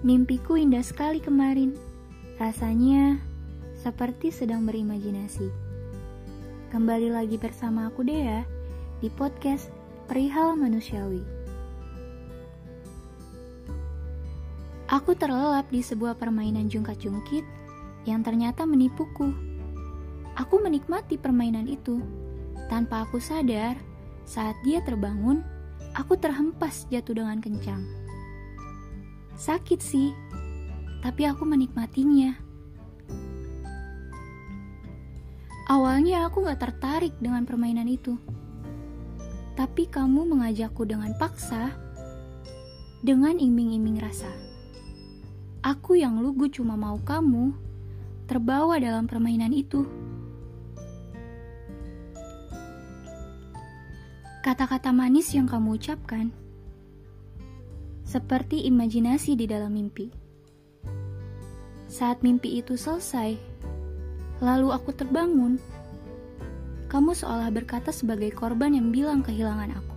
Mimpiku indah sekali kemarin. Rasanya seperti sedang berimajinasi. Kembali lagi bersama aku Dea di podcast Perihal Manusiawi. Aku terlelap di sebuah permainan jungkat-jungkit yang ternyata menipuku. Aku menikmati permainan itu. Tanpa aku sadar, saat dia terbangun, aku terhempas jatuh dengan kencang. Sakit sih, tapi aku menikmatinya. Awalnya aku gak tertarik dengan permainan itu. Tapi kamu mengajakku dengan paksa, dengan iming-iming rasa. Aku yang lugu cuma mau kamu, terbawa dalam permainan itu. Kata-kata manis yang kamu ucapkan seperti imajinasi di dalam mimpi. Saat mimpi itu selesai, lalu aku terbangun, kamu seolah berkata sebagai korban yang bilang kehilangan aku.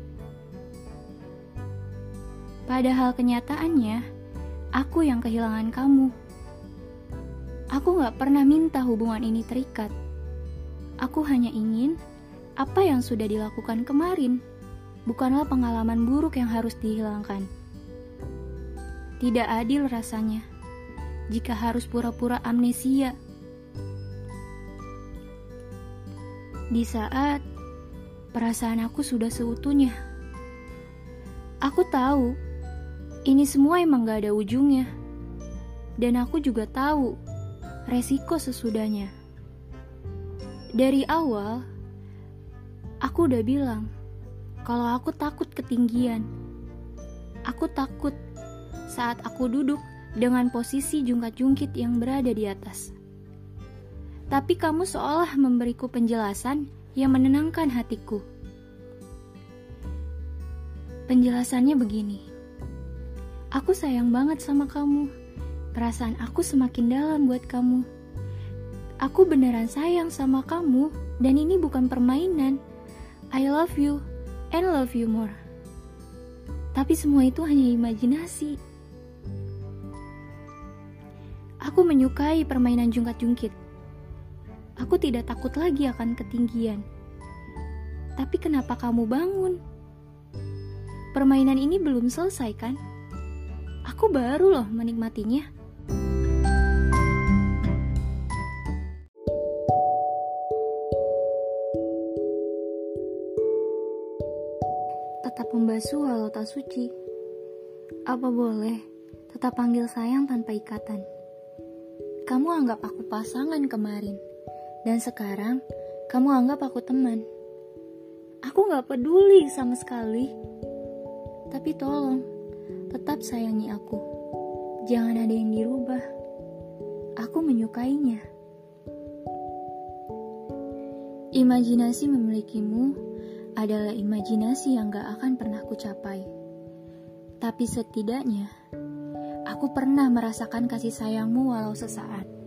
Padahal kenyataannya, aku yang kehilangan kamu. Aku gak pernah minta hubungan ini terikat. Aku hanya ingin apa yang sudah dilakukan kemarin bukanlah pengalaman buruk yang harus dihilangkan. Tidak adil rasanya jika harus pura-pura amnesia. Di saat perasaan aku sudah seutuhnya. Aku tahu ini semua emang gak ada ujungnya. Dan aku juga tahu resiko sesudahnya. Dari awal, aku udah bilang kalau aku takut ketinggian. Aku takut saat aku duduk dengan posisi jungkat-jungkit yang berada di atas. Tapi kamu seolah memberiku penjelasan yang menenangkan hatiku. Penjelasannya begini. Aku sayang banget sama kamu. Perasaan aku semakin dalam buat kamu. Aku beneran sayang sama kamu dan ini bukan permainan. I love you and love you more. Tapi semua itu hanya imajinasi. Aku menyukai permainan jungkat-jungkit. Aku tidak takut lagi akan ketinggian. Tapi kenapa kamu bangun? Permainan ini belum selesai kan? Aku baru loh menikmatinya. Tetap membasuh walau tak suci. Apa boleh tetap panggil sayang tanpa ikatan? Kamu anggap aku pasangan kemarin, dan sekarang kamu anggap aku teman. Aku gak peduli sama sekali. Tapi tolong, tetap sayangi aku. Jangan ada yang dirubah. Aku menyukainya. Imajinasi memilikimu adalah imajinasi yang gak akan pernah kucapai. Tapi setidaknya, aku pernah merasakan kasih sayangmu walau sesaat.